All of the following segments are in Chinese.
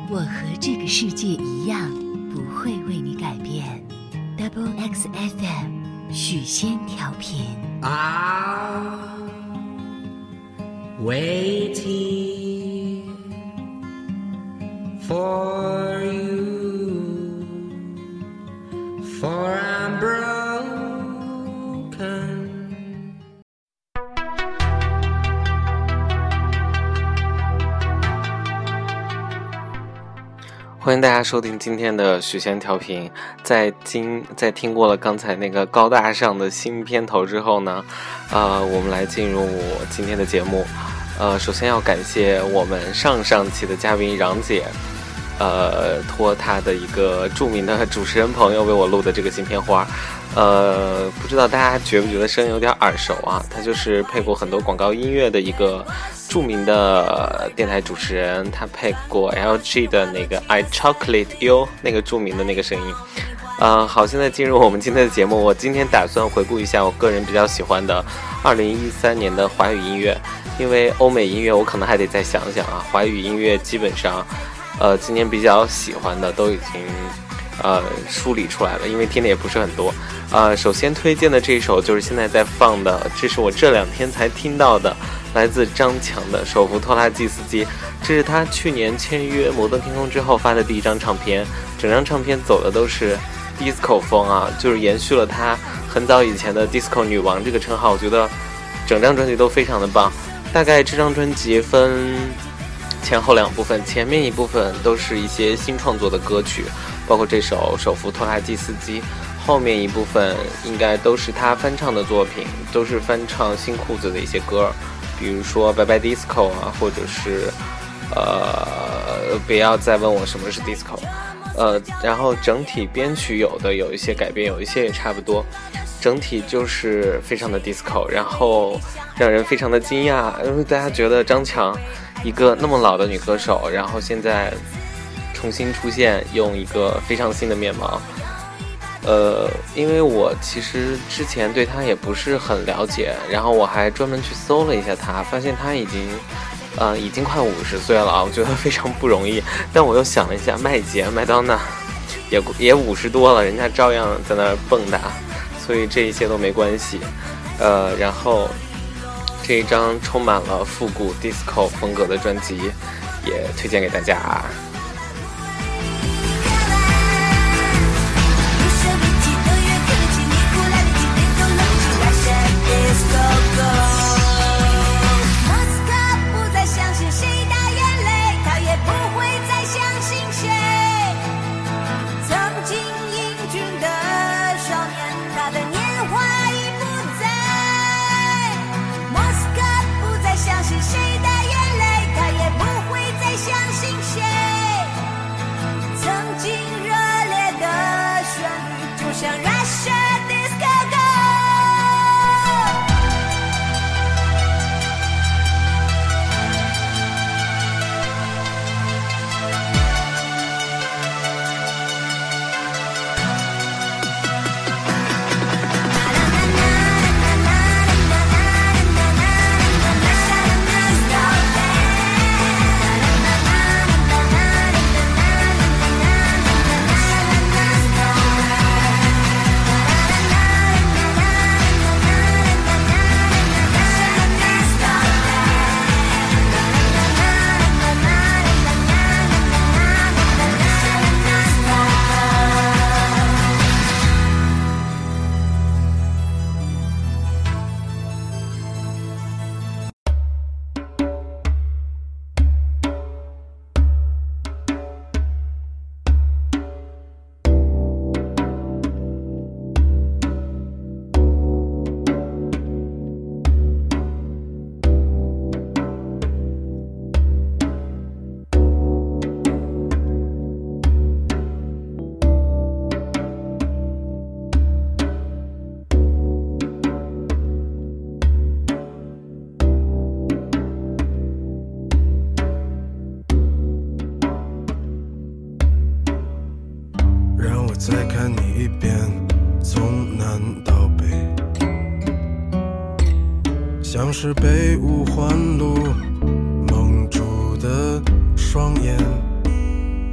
我和这个世界一样，不会为你改变。Double X FM 许仙调频。 Waiting for you, for I'm broken. 欢迎大家收听今天的许仙调频。在听过了刚才那个高大上的新片头之后呢，我们来进入我今天的节目。首先要感谢我们上期的嘉宾穰姐，托他的一个著名的主持人朋友为我录的这个新片花。不知道大家觉不觉得声音有点耳熟啊？他就是配过很多广告音乐的一个著名的电台主持人，他配过 LG 的那个 I Chocolate You 那个著名的那个声音。好，现在进入我们今天的节目。我今天打算回顾一下我个人比较喜欢的2013年的华语音乐，因为欧美音乐我可能还得再想想啊。华语音乐基本上，今年比较喜欢的都已经梳理出来了，因为听的也不是很多。首先推荐的这一首就是现在在放的，这是我这2天才听到的，来自张强的《手扶拖拉机司机》。这是他去年签约摩登天空之后发的第一张唱片，整张唱片走的都是 disco 风啊，就是延续了他很早以前的 disco 女王这个称号。我觉得整张专辑都非常的棒。大概这张专辑分前后2部分，前面一部分都是一些新创作的歌曲，包括这首《手扶拖拉机司机》，后面一部分应该都是他翻唱的作品，都是翻唱新裤子的一些歌，比如说拜拜 disco 啊，或者是不要再问我什么是 disco。然后整体编曲有一些改变，有一些也差不多，整体就是非常的 disco， 然后让人非常的惊讶，因为大家觉得张强一个那么老的女歌手，然后现在重新出现，用一个非常新的面貌。因为我其实之前对她也不是很了解，然后我还专门去搜了一下她，发现她已经快50岁了啊，我觉得非常不容易。但我又想了一下，麦当娜也50多了，人家照样在那儿蹦跶，所以这一切都没关系。然后这一张充满了复古 disco 风格的专辑也推荐给大家。 再看你一遍，从南到北，像是被五环路蒙住的双眼，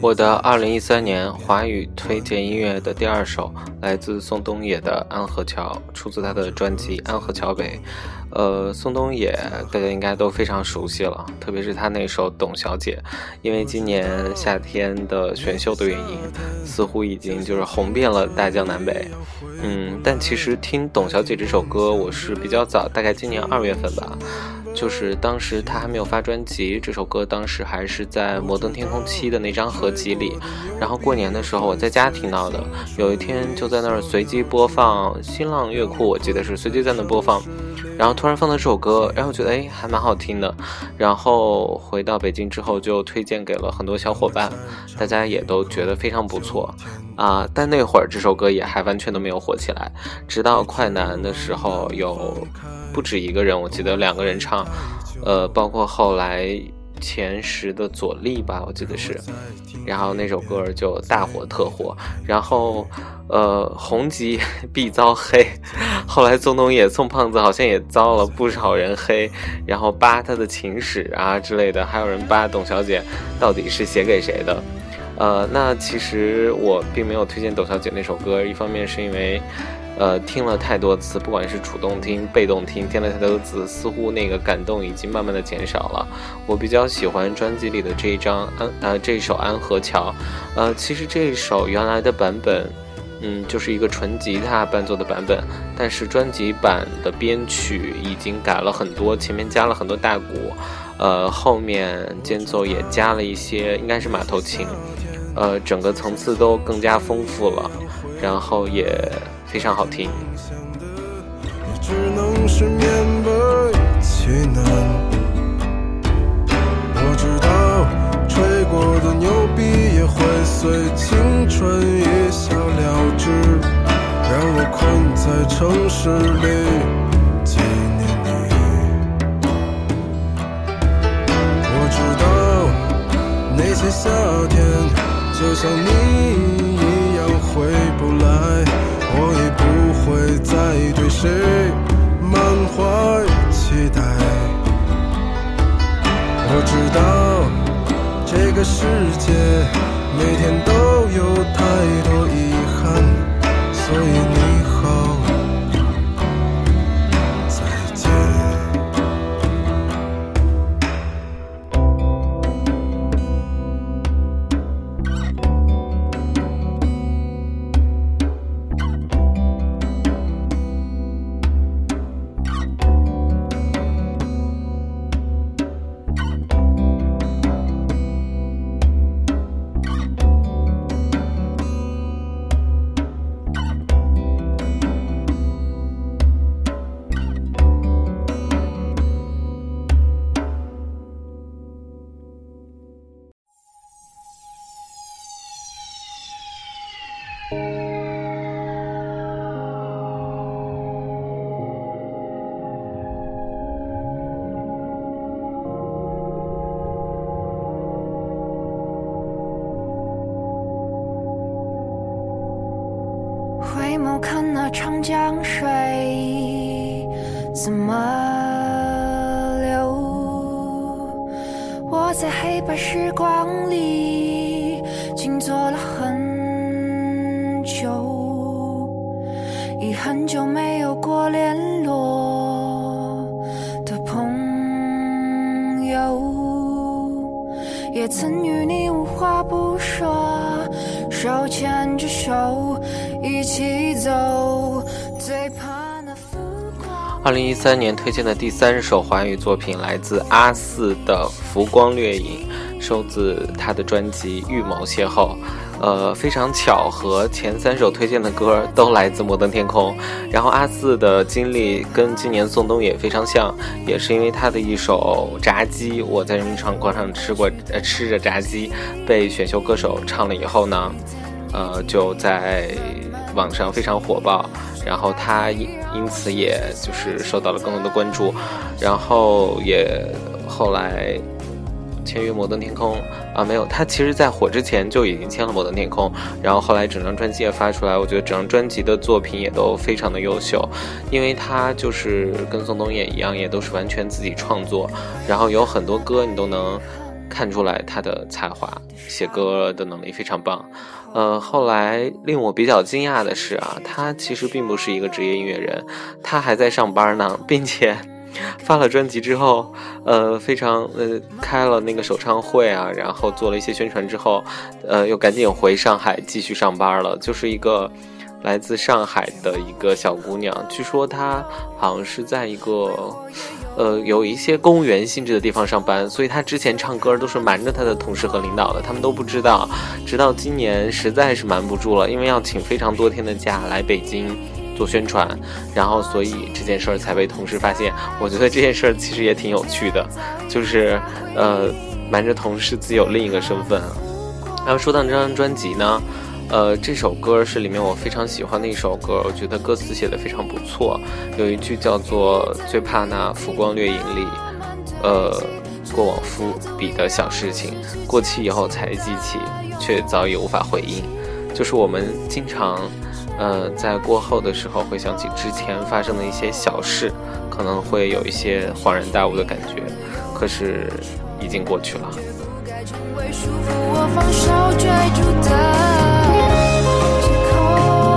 我的2013年华语推荐音乐的第2首来自宋冬野的《安河桥》，出自他的专辑《安河桥北》。宋冬野大家应该都非常熟悉了，特别是他那首《董小姐》，因为今年夏天的选秀的原因，似乎已经就是红遍了大江南北。但其实听《董小姐》这首歌我是比较早，大概今年2月份吧，就是当时他还没有发专辑，这首歌当时还是在摩登天空7的那张合集里，然后过年的时候我在家听到的，有一天就在那儿随机播放，新浪乐库我记得是随机在那播放，然后突然放到这首歌，然后觉得还蛮好听的，然后回到北京之后就推荐给了很多小伙伴，大家也都觉得非常不错但那会儿这首歌也还完全都没有火起来，直到快男的时候有不止一个人，我记得2个人唱，包括后来前10的左立吧，我记得是，然后那首歌就大火特火，然后红极必遭黑，后来宋冬野宋胖子好像也遭了不少人黑，然后扒他的情史之类的，还有人扒董小姐到底是写给谁的。那其实我并没有推荐董小姐那首歌，一方面是因为听了太多次，不管是主动听被动听了太多次，似乎那个感动已经慢慢的减少了。我比较喜欢专辑里的这一首安河桥。其实这一首原来的版本就是一个纯吉他伴奏的版本，但是专辑版的编曲已经改了很多，前面加了很多大鼓，后面间奏也加了一些应该是马头琴，整个层次都更加丰富了，然后也非常好听。 也只能是勉为其难。我知道吹过的牛逼也会随青春一笑了之，让我困在城市里纪念你。我知道那些夏天就像你一样回不来，我也不会再对谁满怀期待。我知道这个世界每天都有太多遗憾，所以你好再见。 回眸看那长江水怎么流，我在黑白时光里静坐了很久，已很久没有过联络的朋友，也曾与你无话不说，手牵着手一起走，最怕那浮光。 2013年推荐的第3首华语作品来自阿四的《浮光掠影》，收自他的专辑《预谋邂逅》。非常巧合，前3首推荐的歌都来自摩登天空。然后阿四的经历跟今年宋冬野非常像，也是因为他的一首炸鸡，我在人民广场吃着炸鸡，被选秀歌手唱了以后呢，就在网上非常火爆，然后他因此也就是受到了更多的关注，然后也后来签约摩登天空没有，他其实在火之前就已经签了摩登天空，然后后来整张专辑也发出来，我觉得整张专辑的作品也都非常的优秀，因为他就是跟宋冬野一样，也都是完全自己创作，然后有很多歌你都能看出来他的才华，写歌的能力非常棒。后来令我比较惊讶的是啊，他其实并不是一个职业音乐人，他还在上班呢，并且发了专辑之后，开了那个首唱会啊，然后做了一些宣传之后，又赶紧回上海继续上班了，就是一个来自上海的一个小姑娘，据说她好像是在一个有一些公务员性质的地方上班，所以她之前唱歌都是瞒着她的同事和领导的，他们都不知道，直到今年实在是瞒不住了，因为要请非常多天的假来北京做宣传，然后所以这件事儿才被同事发现。我觉得这件事儿其实也挺有趣的，就是瞒着同事自己有另一个身份。然后说到这张专辑呢，这首歌是里面我非常喜欢的一首歌，我觉得歌词写得非常不错，有一句叫做最怕那浮光掠影里过往伏笔的小事情，过期以后才记起，却早已无法回应。就是我们经常在过后的时候会想起之前发生的一些小事，可能会有一些恍然大悟的感觉，可是已经过去了。 不该成为束缚我放手追逐的借口。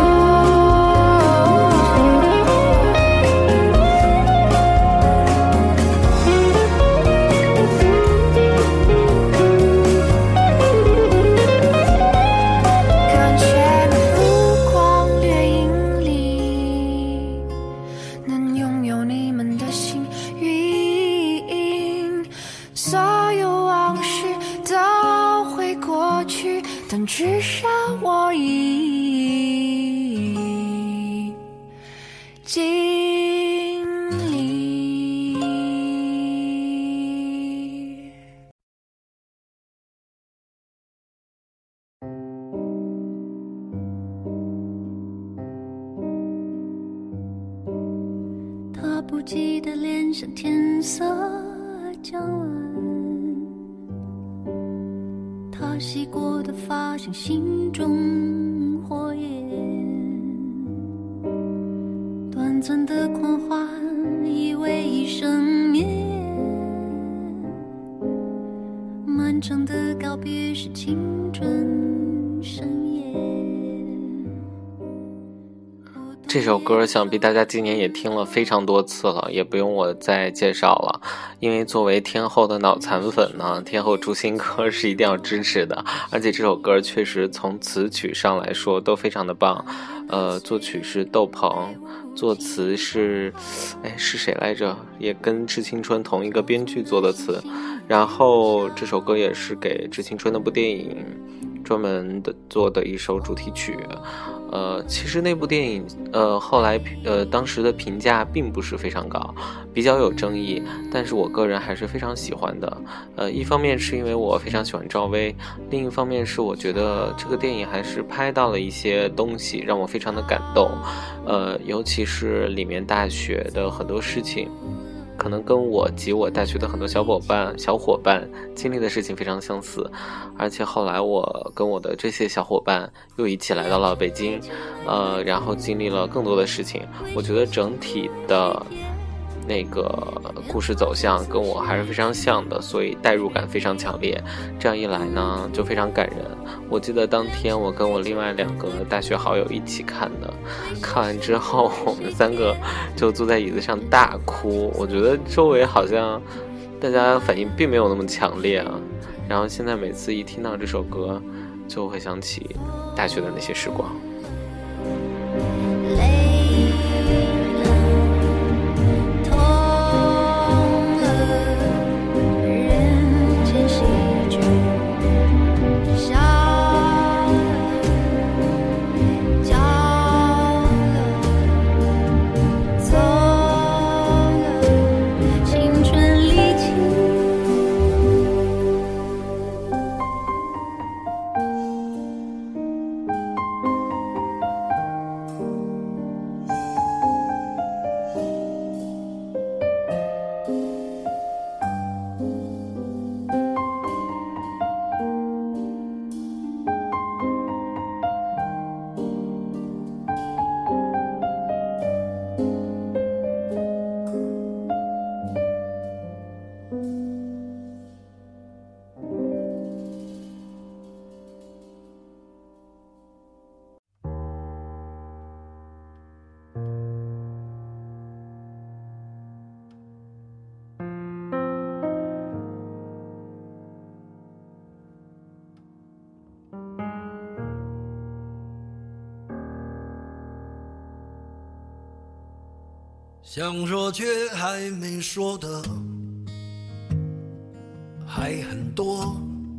看见浮光掠影里，能拥有你们的幸运，所有往事都会过去，但至少我已经历。 他不记得脸上天色将晚，他洗过的发像心中火焰，短暂的狂欢以为一生眠，漫长的告别是青春盛宴。 这首歌想必大家今年也听了非常多次了，也不用我再介绍了，因为作为天后的脑残粉呢，天后出新歌是一定要支持的，而且这首歌确实从词曲上来说都非常的棒。作曲是窦鹏，作词是谁来着，也跟致青春同一个编剧做的词，然后这首歌也是给致青春那部电影专门的做的一首主题曲。其实那部电影后来当时的评价并不是非常高，比较有争议，但是我个人还是非常喜欢的。一方面是因为我非常喜欢赵薇，另一方面是我觉得这个电影还是拍到了一些东西让我非常的感动。尤其是里面大学的很多事情，可能跟我及我大学的很多小伙伴经历的事情非常相似，而且后来我跟我的这些小伙伴又一起来到了北京，然后经历了更多的事情。我觉得整体的那个故事走向跟我还是非常像的，所以代入感非常强烈。这样一来呢，就非常感人。我记得当天我跟我另外2个大学好友一起看的，看完之后我们3个就坐在椅子上大哭。我觉得周围好像大家反应并没有那么强烈啊。然后现在每次一听到这首歌，就会想起大学的那些时光。 想说却还没说的还很多，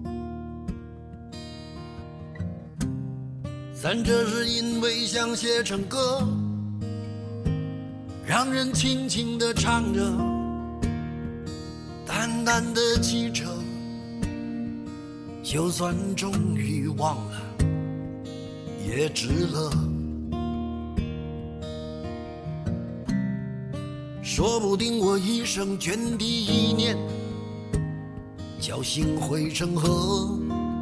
三者是因为想写成歌，让人轻轻地唱着，淡淡的记着，就算终于忘了也值了。说不定我一生涓滴一念，侥幸汇成河，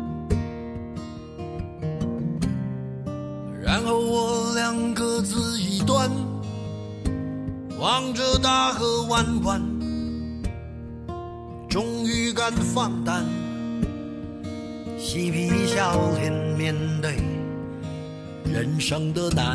然后我俩各自一端，望着大河弯弯，终于敢放胆，嬉皮笑脸面对人生的难。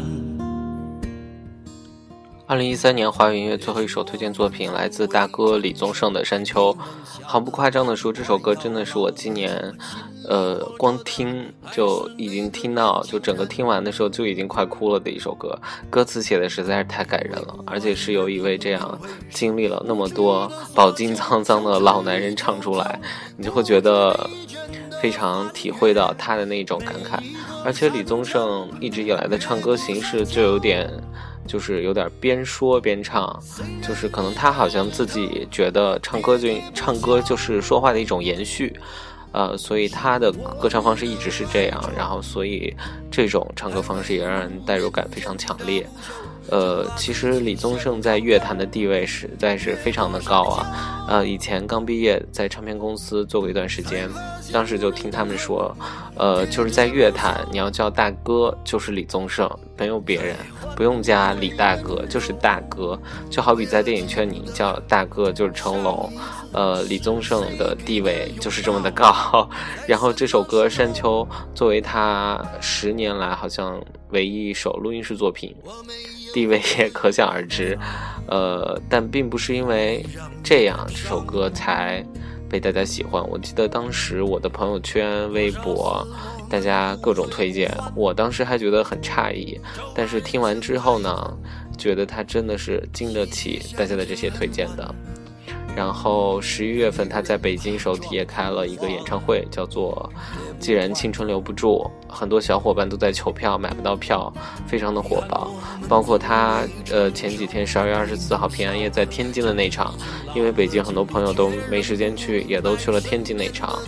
2013年华语音乐最后一首推荐作品来自大哥李宗盛的《山丘》。毫不夸张的说，这首歌真的是我今年光听就已经听到，就整个听完的时候就已经快哭了的一首歌。歌词写的实在是太感人了，而且是由一位这样经历了那么多饱经沧桑的老男人唱出来，你就会觉得非常体会到他的那种感慨。而且李宗盛一直以来的唱歌形式就有点边说边唱，就是可能他好像自己觉得唱歌就是说话的一种延续，所以他的歌唱方式一直是这样，然后所以这种唱歌方式也让人代入感非常强烈。其实李宗盛在乐坛的地位实在是非常的高啊。以前刚毕业在唱片公司做过一段时间，当时就听他们说，就是在乐坛你要叫大哥就是李宗盛，没有别人，不用加李大哥，就是大哥。就好比在电影圈你叫大哥就是成龙，李宗盛的地位就是这么的高。然后这首歌《山丘》作为他10年来好像唯一一首录音室作品，地位也可想而知。但并不是因为这样这首歌才被大家喜欢。我记得当时我的朋友圈微博大家各种推荐，我当时还觉得很诧异，但是听完之后呢，觉得他真的是经得起大家的这些推荐的。然后11月份他在北京首体也开了一个演唱会，叫做既然青春留不住，很多小伙伴都在求票买不到票，非常的火爆。包括他前几天12月24号平安夜在天津的那场，因为北京很多朋友都没时间去，也都去了天津那场。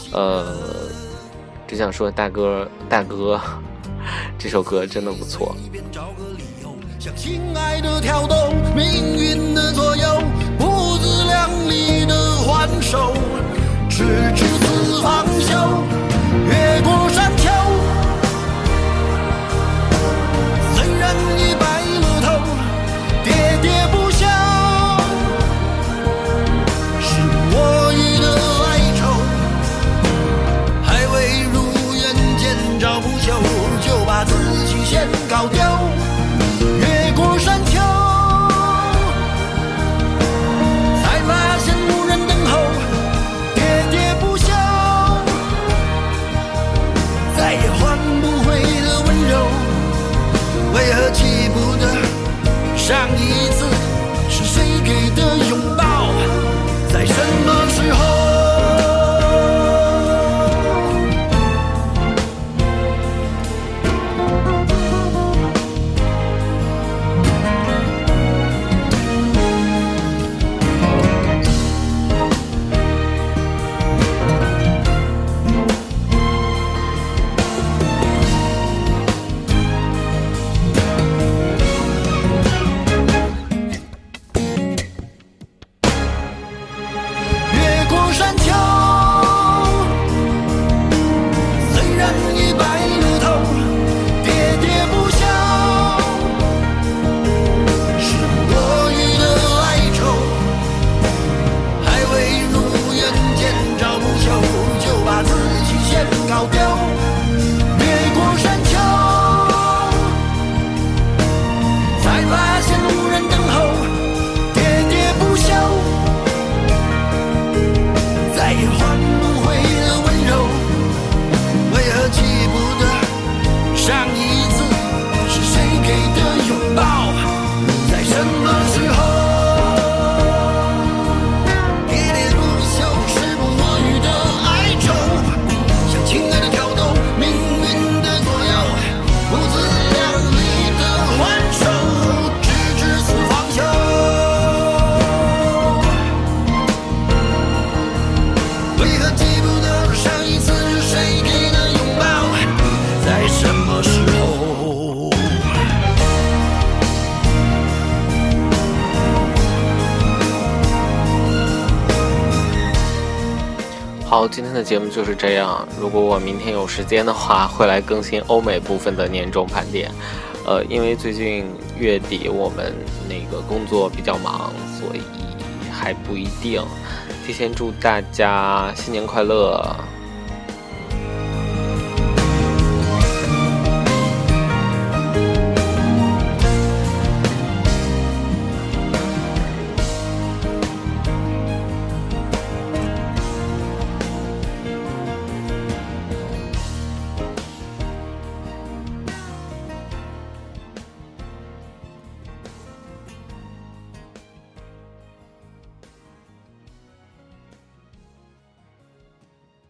只想说大哥这首歌真的不错。 向亲爱的跳动，命运的左右，不自量力的还手，直至四方休，越过山丘。虽然已白了头，喋喋不休，是我意的哀愁，还未如愿见着不朽，就把自己先搞丢。越过山丘，才发现无人等候，喋喋不休，再也换不回的温柔，为何记不得上一次是谁给的拥抱，在什么时候。 好，今天的节目就是这样。如果我明天有时间的话，会来更新欧美部分的年终盘点。因为最近月底我们那个工作比较忙，所以还不一定。提前祝大家新年快乐！